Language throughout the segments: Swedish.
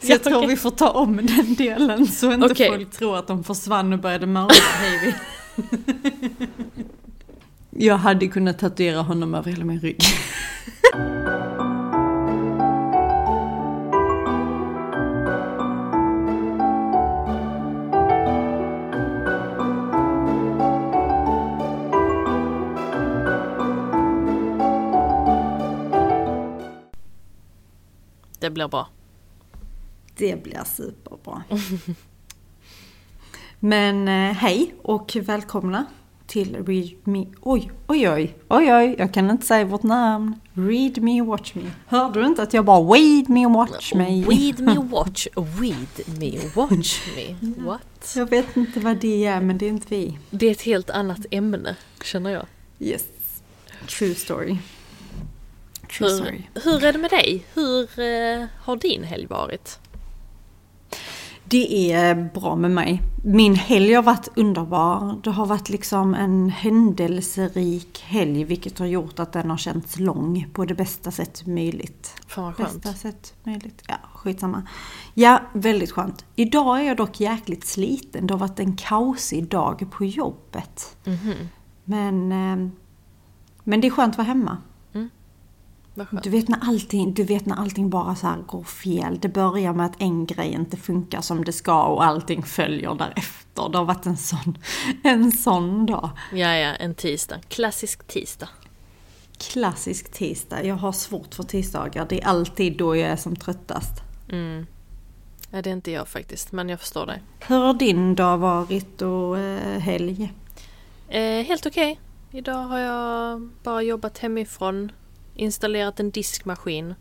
Så jag tror vi får ta om den delen så inte folk tror att de försvann och började mörda Heavy. Jag hade kunnat tatuera honom över hela min rygg. Det blir bra. Det blir superbra. Men hej och välkomna till Read Me... Oj, jag kan inte säga vårt namn. Read Me, Watch Me. Hörde du inte att jag bara Read Me, Watch Me? Read Me, Watch, Read Me, Watch Me. What? Jag vet inte vad det är, men det är inte vi. Det är ett helt annat ämne, känner jag. Yes, true story. Hur är det med dig? Hur har din helg varit? Det är bra med mig. Min helg har varit underbar. Det har varit liksom en händelserik helg, vilket har gjort att den har känts lång på det bästa sätt möjligt. Fan vad skönt. Bästa sätt möjligt. Ja, skitsamma. Ja, väldigt skönt. Idag är jag dock jäkligt sliten. Det har varit en kaosig dag på jobbet. Mm-hmm. Men det är skönt att vara hemma. Du vet när allting bara så här går fel. Det börjar med att en grej inte funkar som det ska och allting följer därefter. Det har varit en sån dag. Ja, en tisdag. Klassisk tisdag. Klassisk tisdag. Jag har svårt för tisdagar. Det är alltid då jag är som tröttast. Mm. Ja, det är inte jag faktiskt, men jag förstår dig. Hur har din dag varit och helg? Helt okej. Idag har jag bara jobbat hemifrån. Installerat en diskmaskin.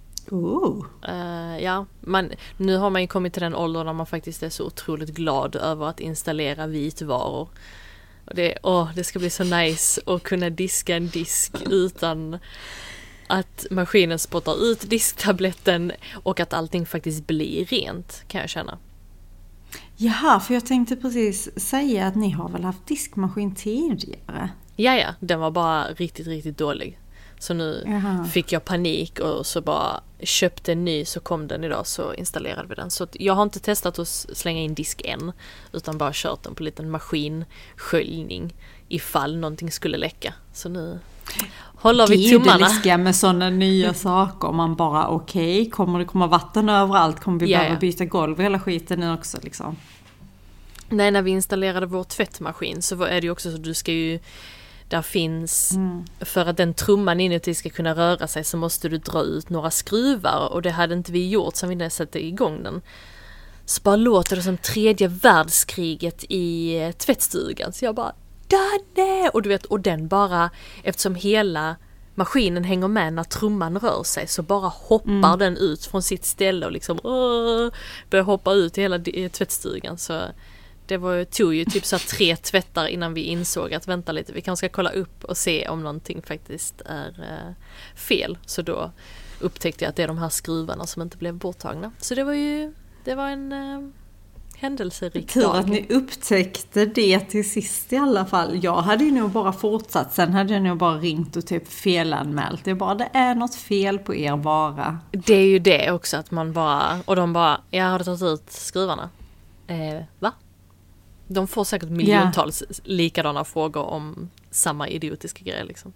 Nu har man ju kommit till den åldern när man faktiskt är så otroligt glad över att installera vitvaror. Och det ska bli så nice att kunna diska en disk utan att maskinen spottar ut disktabletten och att allting faktiskt blir rent, kan jag känna. Jaha, för jag tänkte precis säga att ni har väl haft diskmaskin tidigare? Ja, den var bara riktigt, riktigt dålig. Så nu fick jag panik och så bara köpte en ny, så kom den idag, så installerade vi den. Så jag har inte testat att slänga in disk än, utan bara kört den på en liten maskinsköljning ifall någonting skulle läcka. Så nu håller vi tummarna. Det är riska med sådana nya saker. Man bara kommer det komma vatten överallt? Kommer vi behöva byta golv och hela skiten nu också liksom? Nej, när vi installerade vår tvättmaskin så är det ju också så att du ska ju... Där finns, för att den trumman inuti ska kunna röra sig så måste du dra ut några skruvar, och det hade inte vi gjort som vi satte igång den. Så bara låter det som 3:e världskriget i tvättstugan. Så jag bara, Danne! Och du vet, och den bara, eftersom hela maskinen hänger med när trumman rör sig, så bara hoppar den ut från sitt ställe och liksom börjar hoppa ut i hela tvättstugan. Så tog ju typ så 3 tvättar innan vi insåg att vänta lite, vi kanske ska kolla upp och se om någonting faktiskt är fel. Så då upptäckte jag att det är de här skruvarna som inte blev borttagna. Så det var en händelserik dag. Tur att ni upptäckte det till sist i alla fall. Jag hade ju nog bara fortsatt, sen hade jag nog bara ringt och typ felanmält. Det är något fel på er vara. Det är ju det också, att man bara, och de bara, jag hade tagit ut skruvarna. Va? De får säkert miljontals likadana frågor om samma idiotiska grejer liksom.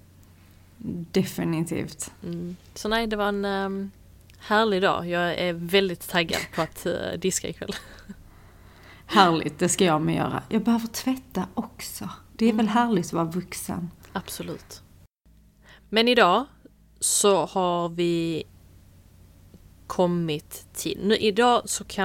Definitivt. Så nej, det var en härlig dag. Jag är väldigt taggad på att diska ikväll. Härligt, det ska jag med göra. Jag behöver tvätta också. Det är väl härligt att vara vuxen. Absolut. Men idag så har vi kommit till... Idag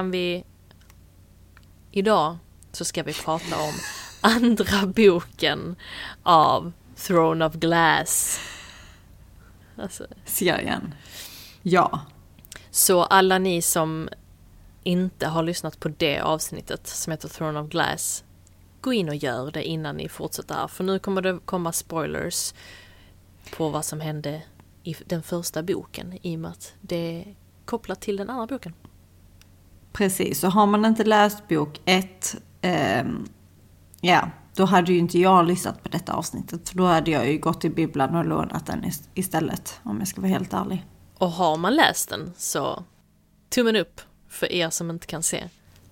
så ska vi prata om andra boken av Throne of Glass. Alltså. Serien. Ja. Så alla ni som inte har lyssnat på det avsnittet som heter Throne of Glass, gå in och gör det innan ni fortsätter här. För nu kommer det komma spoilers på vad som hände i den första boken, i och med att det är kopplat till den andra boken. Precis, så har man inte läst bok 1, då hade ju inte jag lyssnat på detta avsnittet. För då hade jag ju gått i bibblan och lånat den istället, om jag ska vara helt ärlig. Och har man läst den så tummen upp. För er som inte kan se.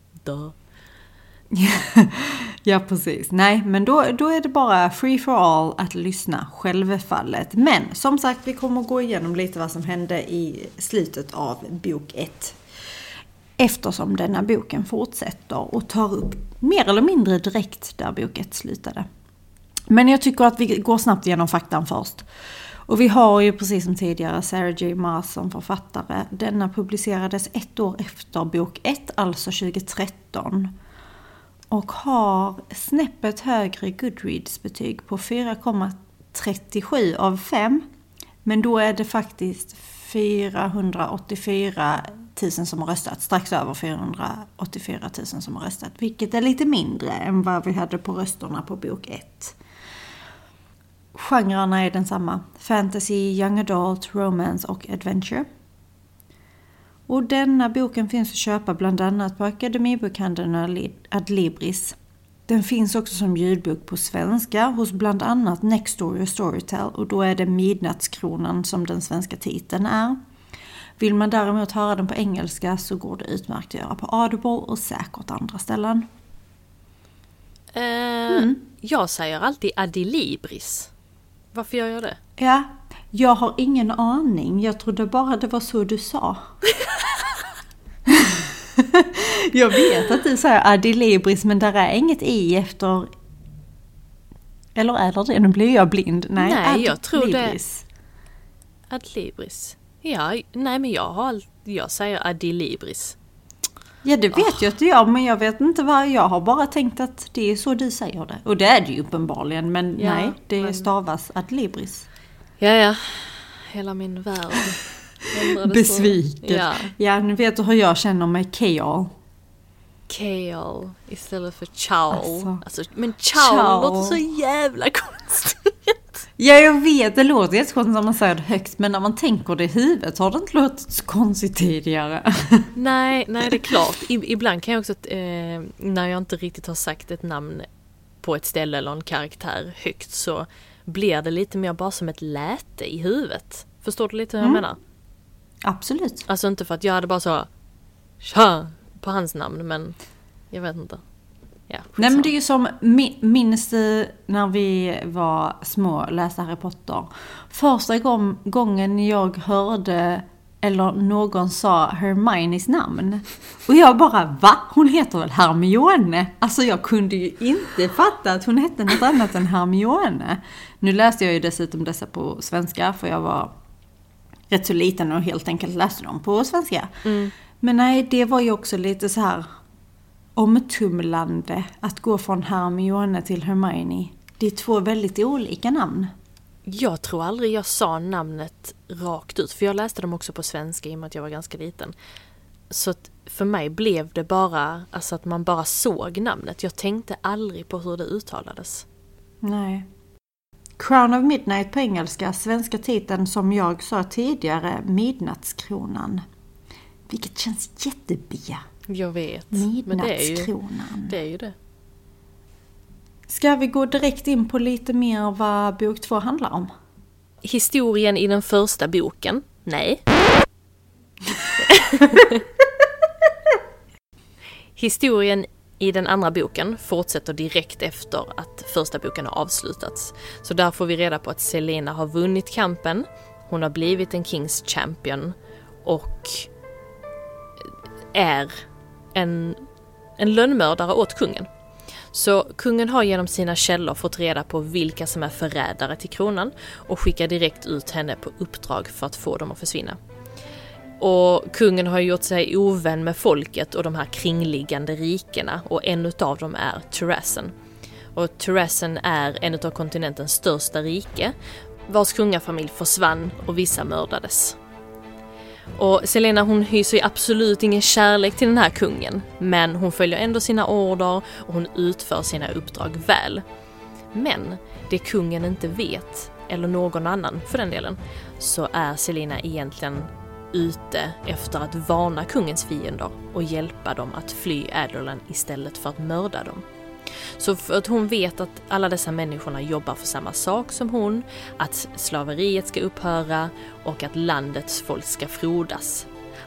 Ja, precis. Nej, men då är det bara free for all att lyssna självfallet. Men som sagt, vi kommer gå igenom lite vad som hände i slutet av bok 1. Eftersom denna boken fortsätter och tar upp mer eller mindre direkt där bok 1 slutade. Men jag tycker att vi går snabbt igenom faktan först. Och vi har ju precis som tidigare Sarah J. Maas som författare. Denna publicerades 1 år efter bok 1, alltså 2013. Och har snäppet högre Goodreads-betyg på 4,37 av 5. Men då är det faktiskt 484 000 som har röstat. Strax över 484 000 som har röstat. Vilket är lite mindre än vad vi hade på rösterna på bok 1. Genrerna är densamma. Fantasy, young adult, romance och adventure. Och denna boken finns att köpa bland annat på Akademibokhandeln Adlibris. Den finns också som ljudbok på svenska hos bland annat Nextory och Storytel. Och då är det Midnattskronan som den svenska titeln är. Vill man däremot höra den på engelska så går det utmärkt att göra på Audible och säkert andra ställen. Jag säger alltid Adlibris. Varför gör jag det? Ja, jag har ingen aning. Jag trodde bara det var så du sa. Jag vet att du säger Adlibris, men där är inget i efter... Eller är det det? Nu blir jag blind. Nej, jag tror det. Adlibris. Ja, nej men jag säger Adlibris. Ja, det vet jag att du gör, men jag vet inte vad. Jag har bara tänkt att det är så du säger det. Och det är det ju uppenbarligen, men ja, nej, det stavas Adlibris. Ja. Hela min värld. Besviken. Ja, nu vet du hur jag känner med Kale. Kale istället för chow. Alltså, men chow låter så jävla konstigt. Ja, jag vet. Det låter jättekonstigt när man säger det högt. Men när man tänker det i huvudet har det inte låtit så konstigt tidigare. Nej, det är klart. Ibland kan jag också, när jag inte riktigt har sagt ett namn på ett ställe eller en karaktär högt, så blir det lite mer bara som ett läte i huvudet. Förstår du lite hur jag menar? Absolut. Alltså inte för att jag hade bara så tja på hans namn, men jag vet inte. Ja, nej, men det är ju som, minns du när vi var små läste Harry Potter? Första gången jag hörde eller någon sa Hermiones namn. Och jag bara, va? Hon heter väl Hermione? Alltså jag kunde ju inte fatta att hon hette något annat än Hermione. Nu läste jag ju dessutom dessa på svenska, för jag var rätt så liten och helt enkelt läste dem på svenska. Men nej, det var ju också lite så här omtumlande att gå från Hermione till Hermione. Det är 2 väldigt olika namn. Jag tror aldrig jag sa namnet rakt ut, för jag läste dem också på svenska i och med att jag var ganska liten. Så att för mig blev det bara, alltså att man bara såg namnet. Jag tänkte aldrig på hur det uttalades. Nej. Crown of Midnight på engelska, svenska titeln som jag sa tidigare, Midnattskronan. Vilket känns jättebia. Jag vet. Midnattskronan. Det är ju det. Ska vi gå direkt in på lite mer vad bok 2 handlar om? Historien i den första boken? Nej. Historien i den andra boken fortsätter direkt efter att första boken har avslutats. Så där får vi reda på att Selena har vunnit kampen. Hon har blivit en Kings Champion och är en lönnmördare åt kungen. Så kungen har genom sina källor fått reda på vilka som är förrädare till kronan och skickar direkt ut henne på uppdrag för att få dem att försvinna. Och kungen har gjort sig ovän med folket och de här kringliggande rikena, och en utav dem är Terrassen. Och Terrassen är en av kontinentens största rike, vars kungafamilj försvann och vissa mördades. Och Selena, hon hyser ju absolut ingen kärlek till den här kungen, men hon följer ändå sina order och hon utför sina uppdrag väl. Men det kungen inte vet, eller någon annan för den delen, så är Selena egentligen ute efter att varna kungens fiender och hjälpa dem att fly Adarlan istället för att mörda dem. Så för att hon vet att alla dessa människorna jobbar för samma sak som hon, att slaveriet ska upphöra och att landets folk ska frodas.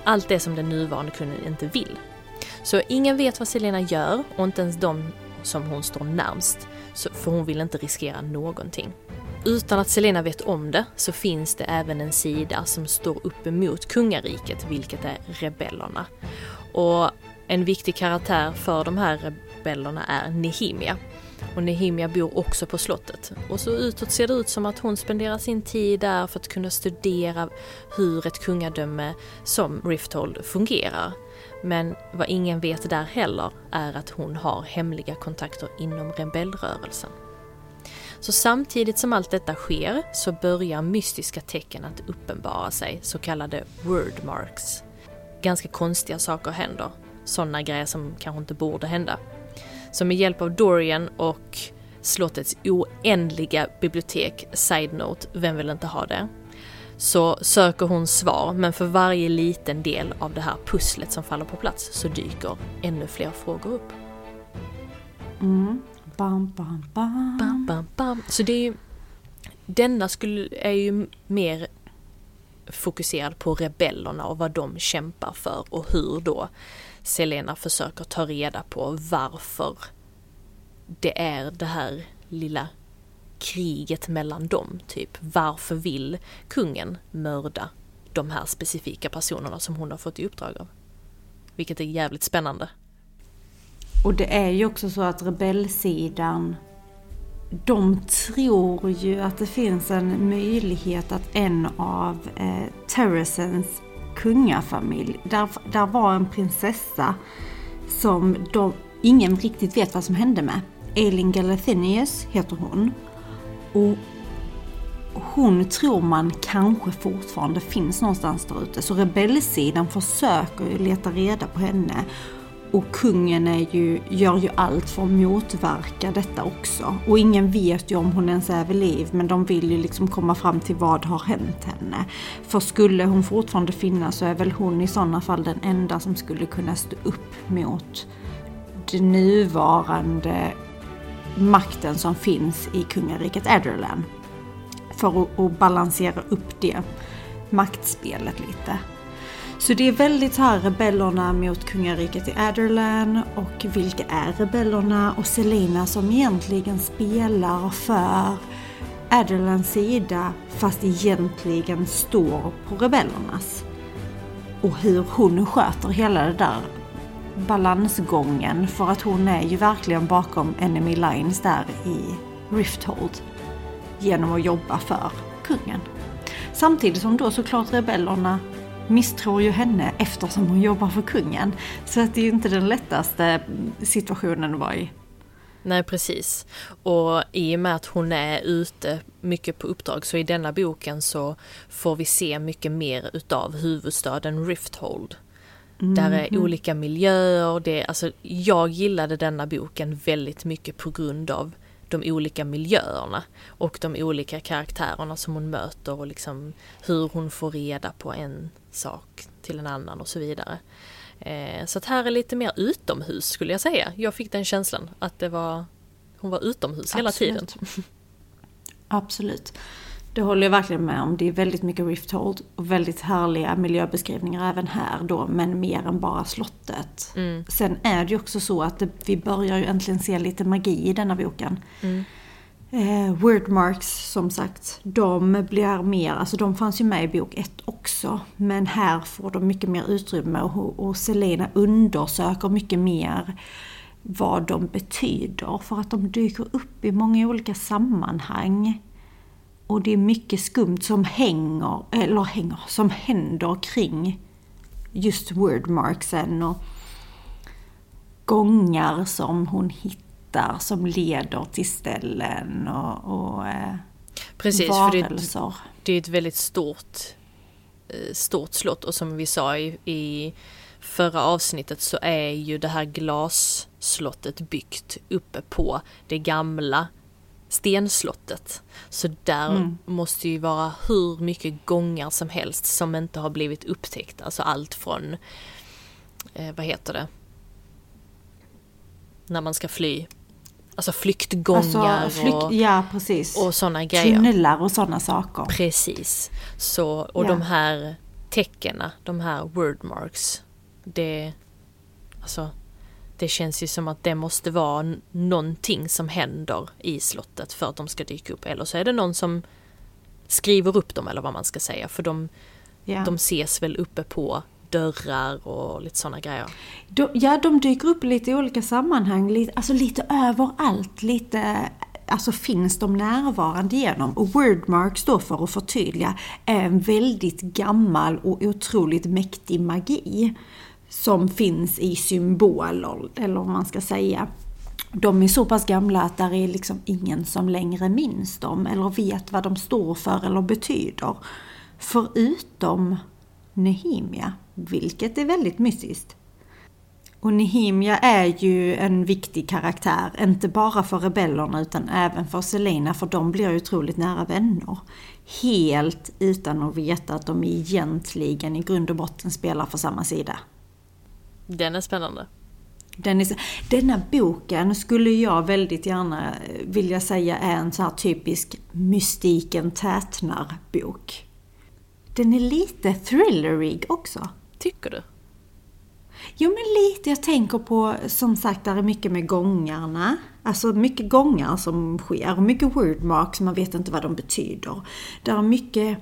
allt det som den nuvarande kungen inte vill. Så ingen vet vad Selena gör och inte ens de som hon står närmst, för hon vill inte riskera någonting. Utan att Selena vet om det så finns det även en sida som står upp emot kungariket, vilket är rebellerna. Och en viktig karaktär för de här rebellerna är Nehemia. Och Nehemia bor också på slottet. Och så utåt ser det ut som att hon spenderar sin tid där för att kunna studera hur ett kungadöme som Rifthold fungerar. Men vad ingen vet där heller är att hon har hemliga kontakter inom rebellrörelsen. Så samtidigt som allt detta sker så börjar mystiska tecken att uppenbara sig, så kallade wordmarks. Ganska konstiga saker händer, sådana grejer som kanske inte borde hända. Så med hjälp av Dorian och slottets oändliga bibliotek, side note, vem vill inte ha det? Så söker hon svar, men för varje liten del av det här pusslet som faller på plats så dyker ännu fler frågor upp. Bam, bam, bam. Bam, bam, bam. Så det är ju, denna är ju mer fokuserad på rebellerna och vad de kämpar för och hur då Selena försöker ta reda på varför det är det här lilla kriget mellan dem, typ. Varför vill kungen mörda de här specifika personerna som hon har fått i uppdrag av? Vilket är jävligt spännande. Och det är ju också så att rebellsidan, de tror ju att det finns en möjlighet att en av Terracens kungafamilj, där var en prinsessa som ingen riktigt vet vad som hände med. Aelin Galathynius heter hon. Och hon tror man kanske fortfarande finns någonstans där ute. Så rebellsidan försöker ju leta reda på henne. Och kungen gör ju allt för att motverka detta också. Och ingen vet ju om hon ens är vid liv, men de vill ju liksom komma fram till vad har hänt henne. För skulle hon fortfarande finnas så är väl hon i sådana fall den enda som skulle kunna stå upp mot den nuvarande makten som finns i kungariket Adarlan. För att balansera upp det maktspelet lite. Så det är väldigt här rebellerna mot kungariket i Adarlan och vilka är rebellerna, och Selena som egentligen spelar för Adarlans sida fast egentligen står på rebellernas. Och hur hon sköter hela det där balansgången, för att hon är ju verkligen bakom enemy lines där i Rifthold genom att jobba för kungen. Samtidigt som då såklart rebellerna misstror ju henne eftersom hon jobbar för kungen. Så att det är ju inte den lättaste situationen att vara i. Nej, precis. Och i och med att hon är ute mycket på uppdrag, så i denna boken så får vi se mycket mer utav huvudstaden Rifthold. Där är olika miljöer. Alltså, jag gillade denna boken väldigt mycket på grund av de olika miljöerna och de olika karaktärerna som hon möter och liksom hur hon får reda på en sak till en annan och så vidare. Så att här är lite mer utomhus skulle jag säga. Jag fick den känslan att hon var utomhus hela tiden. Absolut. Det håller jag verkligen med om. Det är väldigt mycket Rifthold och väldigt härliga miljöbeskrivningar även här då, men mer än bara slottet. Sen är det ju också så att vi börjar ju äntligen se lite magi i denna boken. Wordmarks, som sagt, de blir mer, alltså de fanns ju med i bok 1 också, men här får de mycket mer utrymme och Selena undersöker mycket mer vad de betyder, för att de dyker upp i många olika sammanhang. Och det är mycket skumt som som händer kring just wordmarksen och gångar som hon hittar som leder till ställen och precis, varelser. För det är ett väldigt stort slott, och som vi sa i förra avsnittet så är ju det här glasslottet byggt uppe på det gamla stenslottet. Så där måste ju vara hur mycket gångar som helst som inte har blivit upptäckt. Alltså allt från vad heter det? När man ska fly. Alltså flyktgångar alltså, ja, precis. Och sådana grejer. Tunnelar och sådana saker. Precis. Så, och de här tecknen, de här wordmarks, det känns ju som att det måste vara någonting som händer i slottet för att de ska dyka upp. Eller så är det någon som skriver upp dem, eller vad man ska säga. För de ses väl uppe på dörrar och lite sådana grejer. De dyker upp lite i olika sammanhang. Lite överallt. Alltså finns de närvarande genom. Och wordmarks då, för att förtydliga, är en väldigt gammal och otroligt mäktig magi som finns i symboler, eller vad man ska säga. De är så pass gamla att där är liksom ingen som längre minns dem eller vet vad de står för eller betyder. Förutom Nehemia, vilket är väldigt mystiskt. Och Nehemia är ju en viktig karaktär, inte bara för rebellerna utan även för Celaena, för de blir otroligt nära vänner. Helt utan att veta att de egentligen i grund och botten spelar för samma sida. Den är spännande. Denna boken skulle jag väldigt gärna vilja säga är en så här typisk mystiken tätnar-bok. Den är lite thrillerig också. Tycker du? Jo, men lite. Jag tänker på, som sagt, där är mycket med gångarna. Alltså mycket gångar som sker. Mycket wordmarks, man vet inte vad de betyder. Där är mycket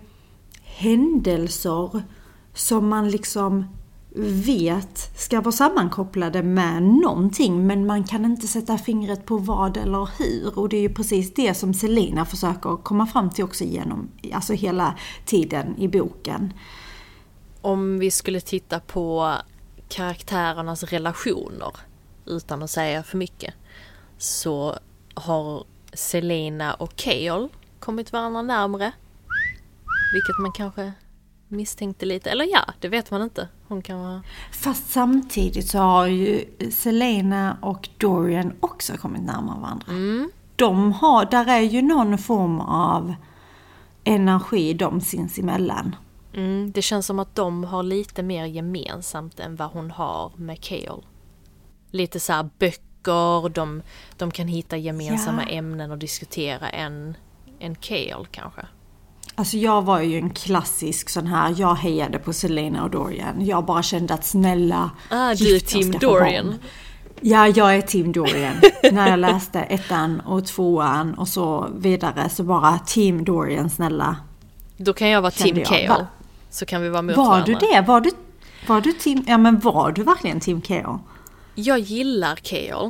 händelser som man liksom vet ska vara sammankopplade med någonting, men man kan inte sätta fingret på vad eller hur. Och det är ju precis det som Celaena försöker komma fram till också genom, alltså hela tiden i boken. Om vi skulle titta på karaktärernas relationer utan att säga för mycket, så har Celaena och Chaol kommit varandra närmare, vilket man kanske misstänkte lite, eller ja, det vet man inte. Hon kan vara... Fast samtidigt så har ju Celaena och Dorian också kommit närmare varandra. Där är ju någon form av energi de sinsemellan. Det känns som att de har lite mer gemensamt än vad hon har med Chaol. Lite så här böcker, de kan hitta gemensamma ämnen och diskutera en Chaol kanske. Alltså jag var ju en klassisk sån här, jag hejade på Celaena och Dorian. Jag bara kände att snälla, du är Team Dorian. Ja, jag är Team Dorian. När jag läste 1:an och 2:an och så vidare, så bara Team Dorian, snälla. Då kan jag vara Team Chaol. Så kan vi vara mot varandra. Var du det? Var du Team... Ja, men var du verkligen Team Chaol? Jag gillar Chaol.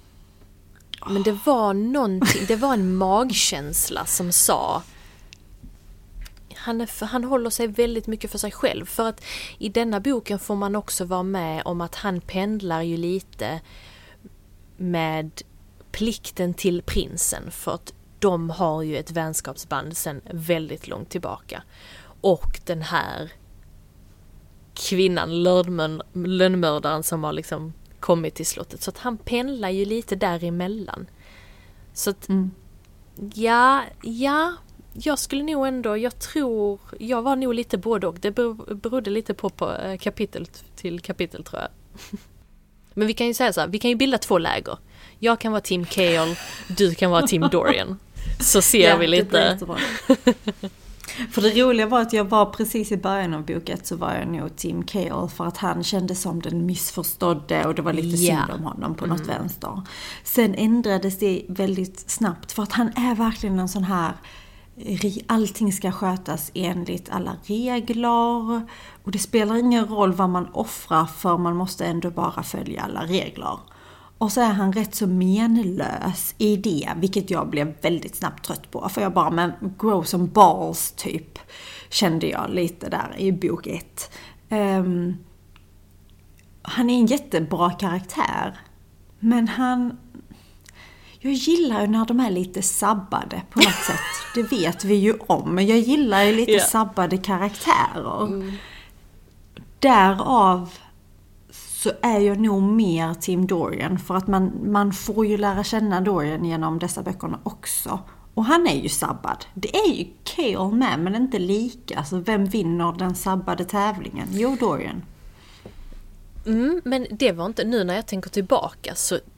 Men det var någonting, det var en magkänsla som sa... Han håller sig väldigt mycket för sig själv. För att i denna boken får man också vara med om att han pendlar ju lite med plikten till prinsen. För att de har ju ett vänskapsband sedan väldigt långt tillbaka. Och den här kvinnan, lönnmördaren som har liksom kommit till slottet. Så att han pendlar ju lite däremellan. Så att jag skulle nog ändå, jag var nog lite både och. Det berodde lite på kapitel till kapitel, tror jag. Men vi kan ju säga så här, vi kan ju bilda 2 läger. Jag kan vara Team Chaol, du kan vara Team Dorian. Så ser vi lite. För det roliga var att jag var precis i början av boken, så var jag nog Team Chaol, för att han kände som den missförstådde och det var lite synd om honom på något vänster. Sen ändrades det väldigt snabbt, för att han är verkligen en sån här, allting ska skötas enligt alla regler och det spelar ingen roll vad man offrar, för man måste ändå bara följa alla regler. Och så är han rätt så menlös i det, vilket jag blev väldigt snabbt trött på. För jag bara, men grow some balls typ, kände jag lite där i bok 1. Han är en jättebra karaktär, men jag gillar ju när de är lite sabbade på något sätt. Det vet vi ju om, men jag gillar ju lite sabbade karaktärer. Därav så är jag nog mer Team Dorian, för att man får ju lära känna Dorian genom dessa böckerna också. Och han är ju sabbad. Det är ju Chaol med, men inte lika. Alltså vem vinner den sabbade tävlingen? Jo, Dorian. Men det var inte, nu när jag tänker tillbaka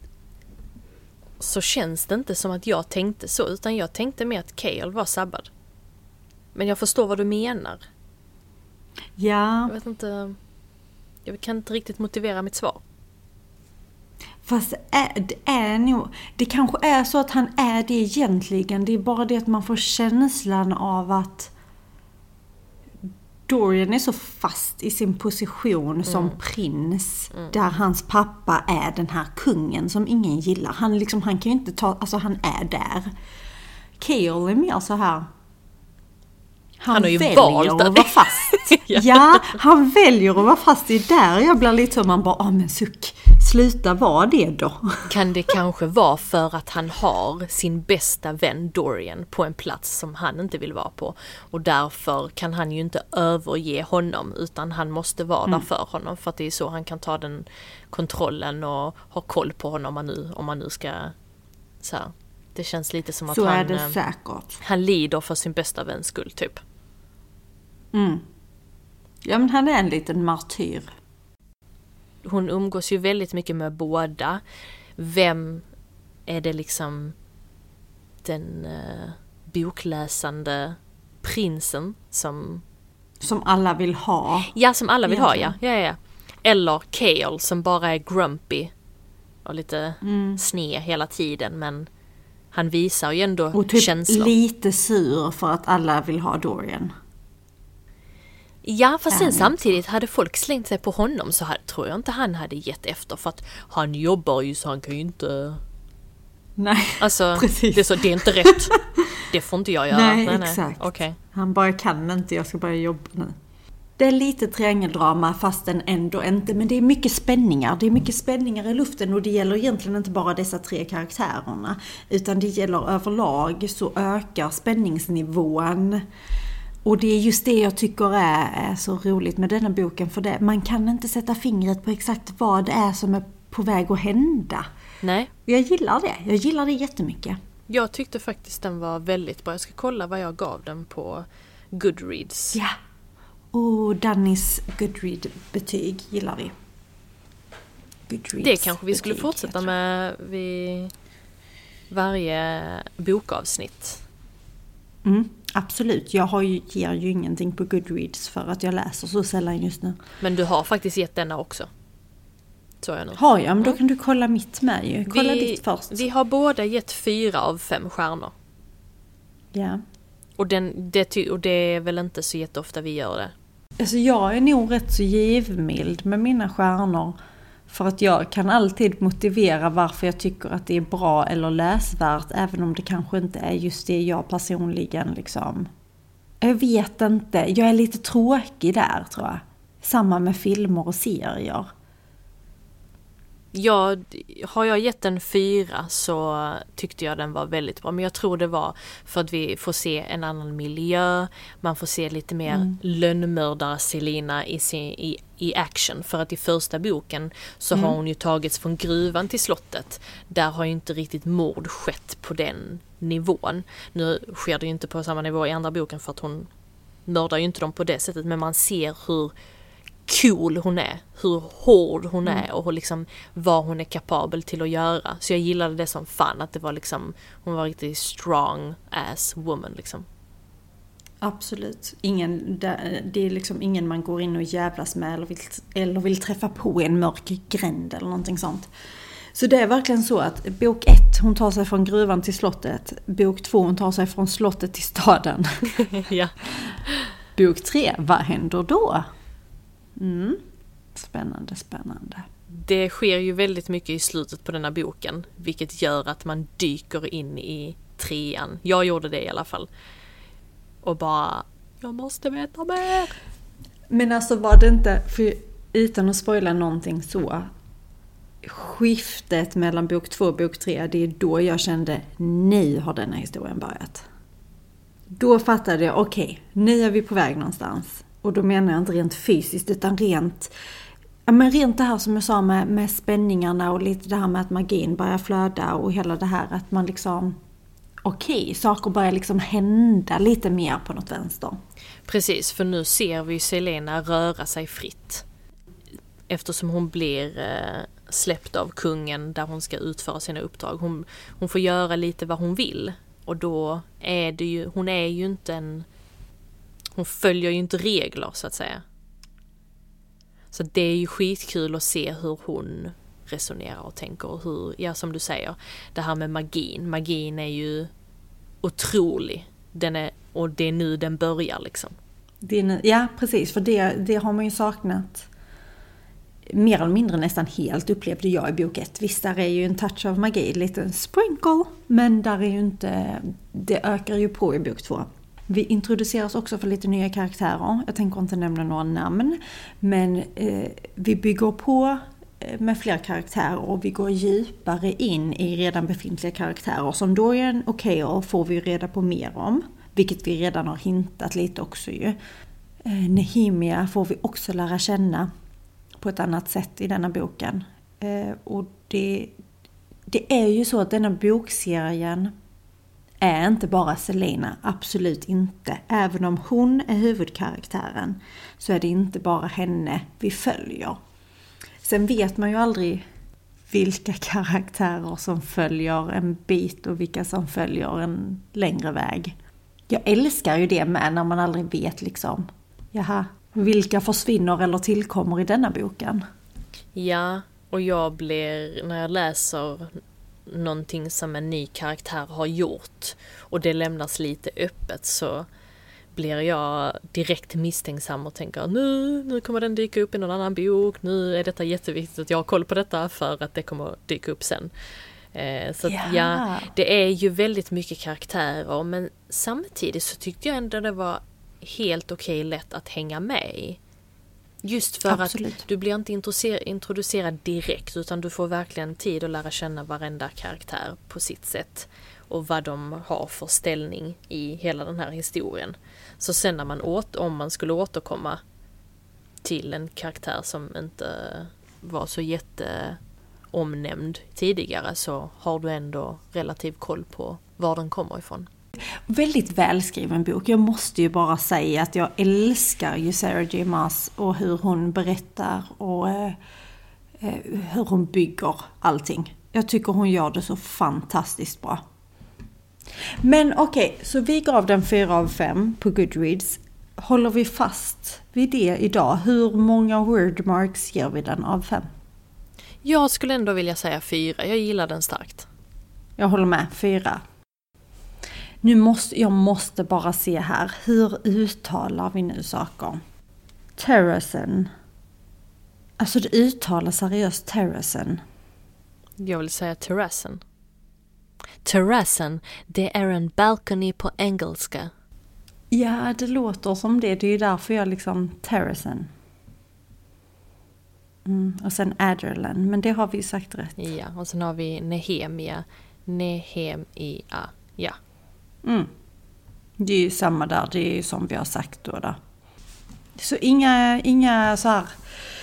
så känns det inte som att jag tänkte så, utan jag tänkte mer att Chaol var sabbad. Men jag förstår vad du menar. Ja. Jag vet inte, jag kan inte riktigt motivera mitt svar. Fast det kanske är så att han är det egentligen. Det är bara det att man får känslan av att Dorian är så fast i sin position som prins. Där hans pappa är den här kungen som ingen gillar. Han kan ju inte alltså han är där. Cale är mer så här. Han har ju väljer valt att vara fast. Ja, han väljer att vara fast. Det är där jag blir lite så man bara, men suck, sluta vara det då. Kan det kanske vara för att han har sin bästa vän Dorian på en plats som han inte vill vara på. Och därför kan han ju inte överge honom, utan han måste vara där för honom. För att det är så han kan ta den kontrollen och ha koll på honom om man nu ska så här. Det känns lite som att så är det säkert. Han lider för sin bästa väns skull typ. Ja, men han är en liten martyr. Hon umgås ju väldigt mycket med båda. Vem är det liksom den bokläsande prinsen som alla vill ha? Ja, som alla vill egentligen. ha, ja. Eller Cale som bara är grumpy och lite sned hela tiden, men han visar ju ändå och typ känslor. Lite sur för att alla vill ha Dorian. Ja, fast sen samtidigt hade folk slängt sig på honom så tror jag inte han hade gett efter, för att han jobbar ju så han kan ju inte... Nej, alltså, precis. Det är inte rätt. Det får inte jag göra. Nej, exakt. Okay. Han bara kan inte, jag ska börja jobba nu. Det är lite triangeldrama fast ändå inte, men det är mycket spänningar. Det är mycket spänningar i luften och det gäller egentligen inte bara dessa 3 karaktärerna. Utan det gäller överlag, så ökar spänningsnivån. Och det är just det jag tycker är så roligt med denna boken. För man kan inte sätta fingret på exakt vad det är som är på väg att hända. Nej. Jag gillar det. Jag gillar det jättemycket. Jag tyckte faktiskt den var väldigt bra. Jag ska kolla vad jag gav den på Goodreads. Ja. Och Dannys Goodread-betyg gillar vi. Goodreads det kanske vi skulle betyg, fortsätta med vid varje bokavsnitt. Absolut. Jag ger ju ingenting på Goodreads för att jag läser så sällan just nu. Men du har faktiskt gett denna också. Så jag nu. Har jag? Men då kan du kolla mitt med ju. Kolla ditt först. Vi har båda gett 4 av 5 stjärnor. Ja. Och det är väl inte så jätteofta vi gör det. Alltså jag är nog rätt så givmild med mina stjärnor. För att jag kan alltid motivera varför jag tycker att det är bra eller läsvärt. Även om det kanske inte är just det jag personligen liksom... Jag vet inte. Jag är lite tråkig där tror jag. Samma med filmer och serier. Ja, har jag gett den 4 så tyckte jag den var väldigt bra. Men jag tror det var för att vi får se en annan miljö. Man får se lite mer lönnmördare Selina i action. För att i första boken så har hon ju tagits från gruvan till slottet. Där har ju inte riktigt mord skett på den nivån. Nu sker det ju inte på samma nivå i andra boken för att hon mördar ju inte dem på det sättet. Men man ser hur cool hon är, hur hård hon är och liksom vad hon är kapabel till att göra. Så jag gillade det som fan, att det var liksom, hon var riktigt strong ass woman liksom. Absolut. Det är liksom ingen man går in och jävlas med eller vill träffa på en mörk gränd eller någonting sånt. Så det är verkligen så att bok 1, hon tar sig från gruvan till slottet. Bok 2, hon tar sig från slottet till staden. Ja. Bok 3, vad händer då? Spännande. Det sker ju väldigt mycket i slutet på denna boken, vilket gör att man dyker in i 3:an. Jag gjorde det i alla fall. Och bara, jag måste veta mer. Men alltså var det inte, för utan att spoila någonting så, skiftet mellan bok 2 och bok 3, det är då jag kände, nu har denna historien börjat. Då fattade jag, okej, nu är vi på väg någonstans. Och då menar jag inte rent fysiskt utan rent det här som jag sa med spänningarna och lite det här med att magin börjar flöda och hela det här att man liksom, saker börjar liksom hända lite mer på något vänster. Precis, för nu ser vi Selena röra sig fritt. Eftersom hon blir släppt av kungen där hon ska utföra sina uppdrag. Hon får göra lite vad hon vill. Och då är det ju, hon är ju inte Hon följer ju inte regler så att säga. Så det är ju skitkul att se hur hon resonerar och tänker. Och hur, ja som du säger, det här med magin. Magin är ju otrolig. Och det är nu den börjar liksom. Ja, precis. För det har man ju saknat mer eller mindre nästan helt, upplevde jag i bok 1. Visst, där är ju en touch av magi, lite sprinkle, men där är ju inte, det ökar ju på i bok 2. Vi introduceras också för lite nya karaktärer. Jag tänker inte nämna några namn, men vi bygger på med fler karaktärer och vi går djupare in i redan befintliga karaktärer. Som Dorian och Chaol får vi reda på mer om, vilket vi redan har hintat lite också ju. Nehemia får vi också lära känna på ett annat sätt i denna boken. Och det är ju så att denna bokserien är inte bara Celaena, absolut inte. Även om hon är huvudkaraktären så är det inte bara henne vi följer. Sen vet man ju aldrig vilka karaktärer som följer en bit och vilka som följer en längre väg. Jag älskar ju det med när man aldrig vet liksom, jaha, vilka försvinner eller tillkommer i denna boken. Ja, och jag blir, när jag läser någonting som en ny karaktär har gjort och det lämnas lite öppet, så blir jag direkt misstänksam och tänker nu kommer den dyka upp i någon annan bok, nu är detta jätteviktigt att jag har koll på detta för att det kommer dyka upp sen. Så att, ja, det är ju väldigt mycket karaktärer, men samtidigt så tyckte jag ändå det var helt okej lätt att hänga med i. Just för Absolut. Att du blir inte introducerad direkt, utan du får verkligen tid att lära känna varenda karaktär på sitt sätt och vad de har för ställning i hela den här historien. Så sen när om man skulle återkomma till en karaktär som inte var så jätteomnämnd tidigare, så har du ändå relativ koll på var den kommer ifrån. Väldigt välskriven bok. Jag måste ju bara säga att jag älskar ju Sarah J. Maas och hur hon berättar och hur hon bygger allting. Jag tycker hon gör det så fantastiskt bra. Men okej, så vi gav den 4 av 5 på Goodreads. Håller vi fast vid det idag? Hur många wordmarks ger vi den av 5? Jag skulle ändå vilja säga 4. Jag gillar den starkt. Jag håller med, 4. Jag måste bara se här. Hur uttalar vi nu saker? Terrasen. Alltså det uttalar seriöst terrasen. Jag vill säga terrassen. Terrassen, det är en balcony på engelska. Ja, det låter som det. Det är ju därför jag liksom terrasen. Och sen Adderland, men det har vi ju sagt rätt. Ja, och sen har vi Nehemia. Nehemia, ja. Det är ju samma där, det är ju som vi har sagt då där. Så inga så här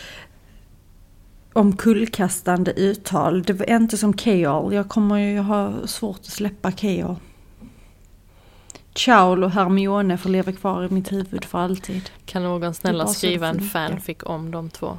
omkullkastande uttal. Det var inte som Chaol. Jag kommer ju ha svårt att släppa Chaol. Chaol och Hermione får leva kvar i mitt huvud för alltid. Kan någon snälla skriva en fanfic om de två?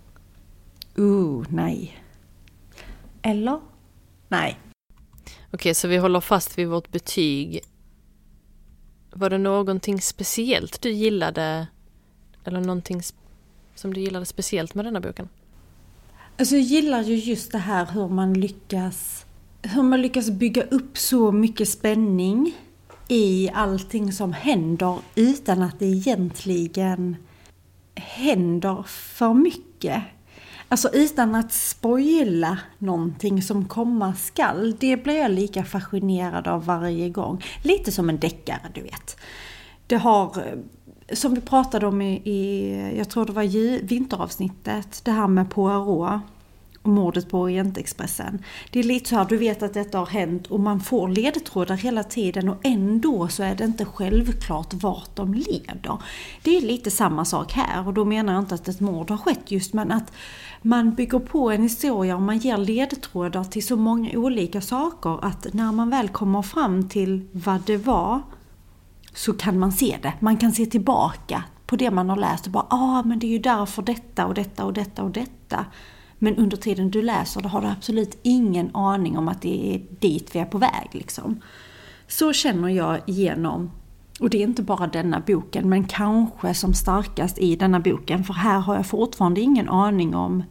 Nej. Eller? Nej. Okej, så vi håller fast vid vårt betyg. Var det någonting speciellt du gillade? Eller någonting som du gillade speciellt med denna boken? Alltså jag gillar ju just det här hur man lyckas bygga upp så mycket spänning i allting som händer utan att det egentligen händer för mycket. Alltså utan att spoila någonting som komma skall. Det blir jag lika fascinerad av varje gång. Lite som en deckare, du vet. Det har, som vi pratade om jag tror det var vinteravsnittet, det här med Poirot och mordet på Orientexpressen. Det är lite så här, du vet att detta har hänt och man får ledtrådar hela tiden och ändå så är det inte självklart vart de leder. Det är lite samma sak här, och då menar jag inte att ett mord har skett just, men att man bygger på en historia och man ger ledtrådar till så många olika saker att när man väl kommer fram till vad det var så kan man se det. Man kan se tillbaka på det man har läst och bara, men det är ju därför detta och detta och detta och detta. Men under tiden du läser då har du absolut ingen aning om att det är dit vi är på väg liksom. Så känner jag genom Och det är inte bara denna boken, men kanske som starkast i denna boken. För här har jag fortfarande ingen aning om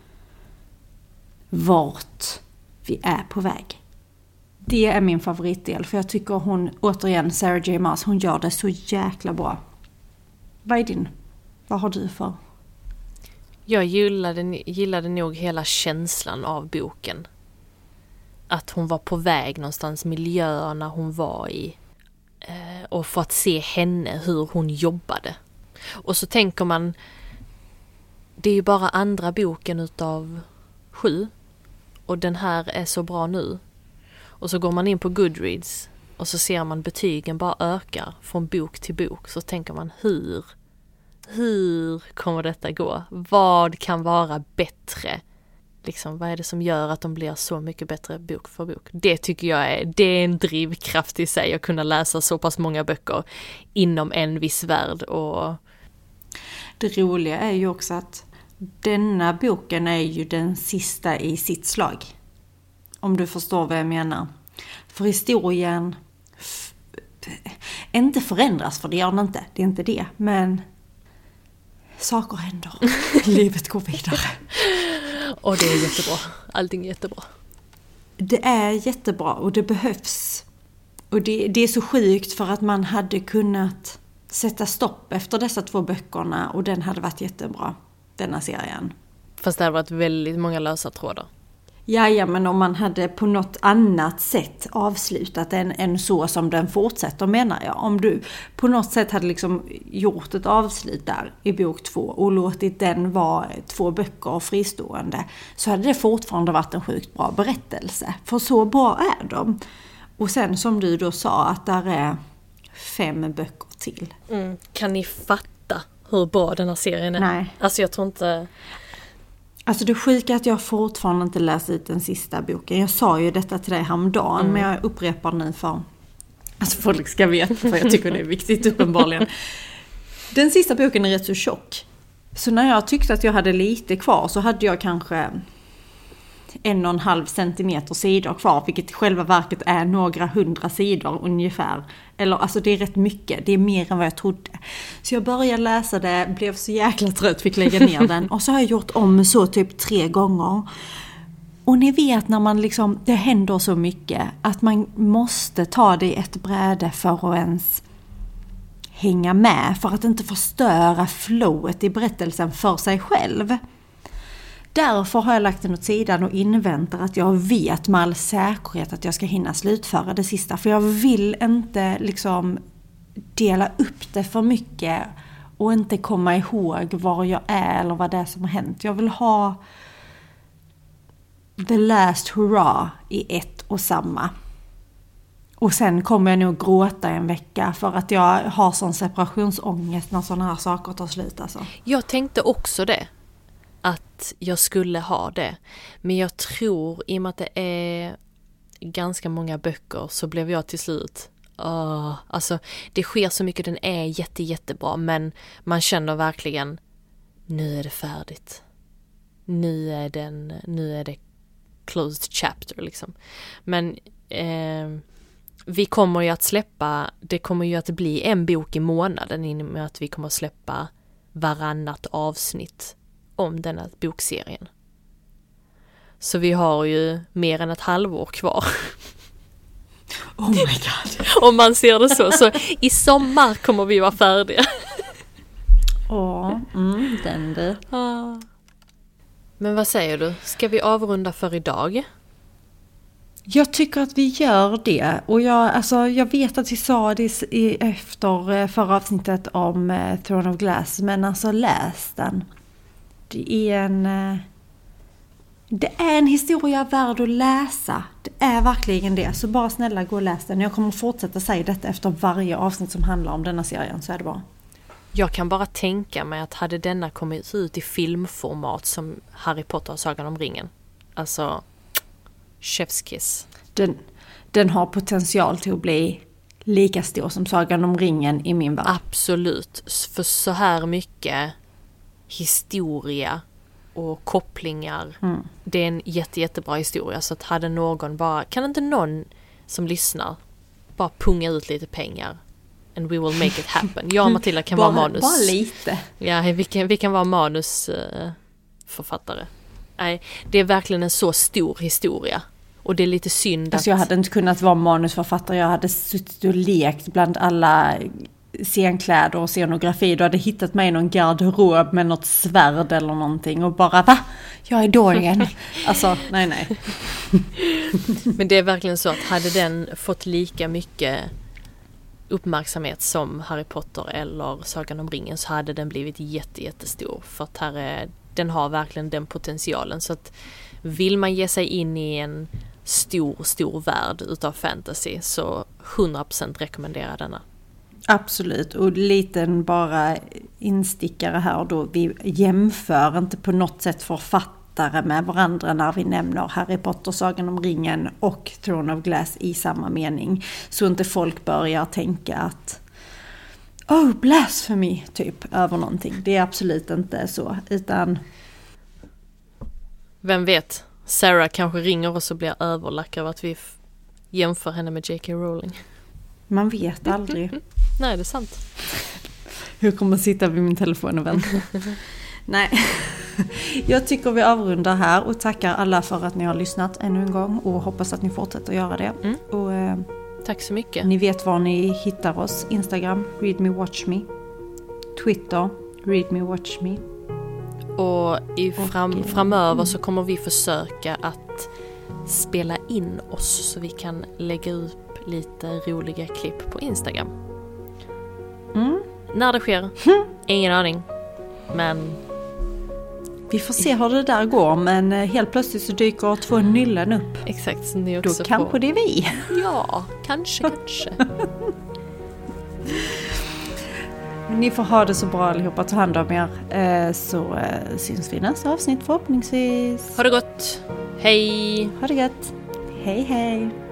vart vi är på väg. Det är min favoritdel, för jag tycker hon, återigen Sarah J. Maas, hon gör det så jäkla bra. Vad är din? Vad har du för? Jag gillade nog hela känslan av boken. Att hon var på väg någonstans, miljöerna hon var i. Och få att se henne, hur hon jobbade. Och så tänker man, det är ju bara andra boken utav 7. Och den här är så bra nu. Och så går man in på Goodreads och så ser man betygen bara ökar från bok till bok. Så tänker man, hur kommer detta gå? Vad kan vara bättre? Liksom, vad är det som gör att de blir så mycket bättre bok för bok? Det tycker jag det är en drivkraft i sig att kunna läsa så pass många böcker inom en viss värld. Och det roliga är ju också att denna boken är ju den sista i sitt slag. Om du förstår vad jag menar. För historien inte förändras, för det gör den inte. Det är inte det. Men saker händer. Livet går vidare. Och det är jättebra. Allting är jättebra. Det är jättebra och det behövs. Och det är så sjukt, för att man hade kunnat sätta stopp efter dessa 2 böckerna och den hade varit jättebra, denna serien. Fast det hade varit väldigt många lösa trådar. Ja, men om man hade på något annat sätt avslutat än så som den fortsätter, menar jag. Om du på något sätt hade liksom gjort ett avslut där i bok 2 och låtit den vara 2 böcker fristående, så hade det fortfarande varit en sjukt bra berättelse. För så bra är de. Och sen som du då sa, att där är 5 böcker till. Kan ni fatta hur bra den här serien är? Nej. Alltså jag tror inte... Alltså det sjuka är att jag fortfarande inte läst ut den sista boken. Jag sa ju detta till dig häromdagen, men jag upprepar nu för alltså folk ska veta, för jag tycker det är viktigt uppenbarligen. Den sista boken är rätt så tjock. Så när jag tyckte att jag hade lite kvar så hade jag kanske 1,5 centimeter sidor kvar, vilket i själva verket är några 100 sidor ungefär. Eller alltså det är rätt mycket, det är mer än vad jag trodde. Så jag började läsa det, blev så jäkla trött, fick lägga ner den. Och så har jag gjort om så typ 3 gånger. Och ni vet när man liksom, det händer så mycket att man måste ta det i ett bräde för att ens hänga med. För att inte förstöra flowet i berättelsen för sig själv. Därför har jag lagt den åt sidan och inväntar att jag vet med all säkerhet att jag ska hinna slutföra det sista. För jag vill inte liksom dela upp det för mycket och inte komma ihåg var jag är eller vad det är som har hänt. Jag vill ha the last hurrah i ett och samma. Och sen kommer jag nog gråta en vecka för att jag har sån separationsångest när sådana här saker tar slut. Alltså. Jag tänkte också det. Att jag skulle ha det. Men jag tror, i och med att det är ganska många böcker, så blev jag till slut alltså det sker så mycket, den är jättebra, men man känner verkligen, nu är det färdigt. Nu är det closed chapter liksom. Men vi kommer ju att släppa, det kommer ju att bli en bok i månaden, i och med att vi kommer att släppa varannat avsnitt om denna bokserien. Så vi har ju mer än ett halvår kvar. Oh my god. Om man ser det så. Så i sommar kommer vi vara färdiga. Den du. Men vad säger du? Ska vi avrunda för idag? Jag tycker att vi gör det. Och jag vet att vi sa det efter förra avsnittet om Throne of Glass. Men alltså läs den. Det är en historia värd att läsa. Det är verkligen det. Så bara snälla gå och läs den. Jag kommer fortsätta säga detta efter varje avsnitt som handlar om denna serien. Så är det bra. Jag kan bara tänka mig att hade denna kommit ut i filmformat som Harry Potter och Sagan om ringen. Alltså, chef's kiss. Den har potential till att bli lika stor som Sagan om ringen i min värld. Absolut. För så här mycket historia och kopplingar. Det är en jättebra historia. Så att hade någon bara, kan inte någon som lyssnar bara punga ut lite pengar and we will make it happen. Jag och Matilda kan vara manus. Bara lite. Ja, vi kan vara manusförfattare. Nej, det är verkligen en så stor historia. Och det är lite synd alltså jag hade inte kunnat vara manusförfattare. Jag hade suttit och lekt bland alla scenkläder och scenografi. Du hade hittat mig i någon garderob med något svärd eller någonting. Och bara, va? Jag är Dorian. Alltså, nej. Men det är verkligen så att hade den fått lika mycket uppmärksamhet som Harry Potter eller Sagan om ringen så hade den blivit jättestor. För att den har verkligen den potentialen. Så att vill man ge sig in i en stor värld utav fantasy så 100% rekommenderar denna. Absolut, och liten bara instickare här då. Vi jämför inte på något sätt författare med varandra när vi nämner Harry Potter, Sagan om ringen och Throne of Glass i samma mening. Så inte folk börjar tänka att blasphemy typ över någonting. Det är absolut inte så, utan... Vem vet, Sarah kanske ringer oss och blir överlack över att vi jämför henne med J.K. Rowling. Man vet aldrig. Nej, det är sant. Jag kommer sitta vid min telefon och vänta. Nej, jag tycker vi avrundar här och tackar alla för att ni har lyssnat ännu en gång och hoppas att ni fortsätter göra det. Och, tack så mycket. Ni vet var ni hittar oss. Instagram, Read Me Watch Me. Twitter, Read Me Watch Me. Och framöver så kommer vi försöka att spela in oss så vi kan lägga upp lite roliga klipp på Instagram. När det sker, ingen aning. Men vi får se hur det där går, men helt plötsligt så dyker 2 nyllen upp. Exakt, så ni också då kanske det är vi. Ja, kanske. Ni får ha det så bra allihopa, ta hand om er. Så syns vi nästa avsnitt förhoppningsvis. Ha det gott. Hej. Ha det gott. Hej.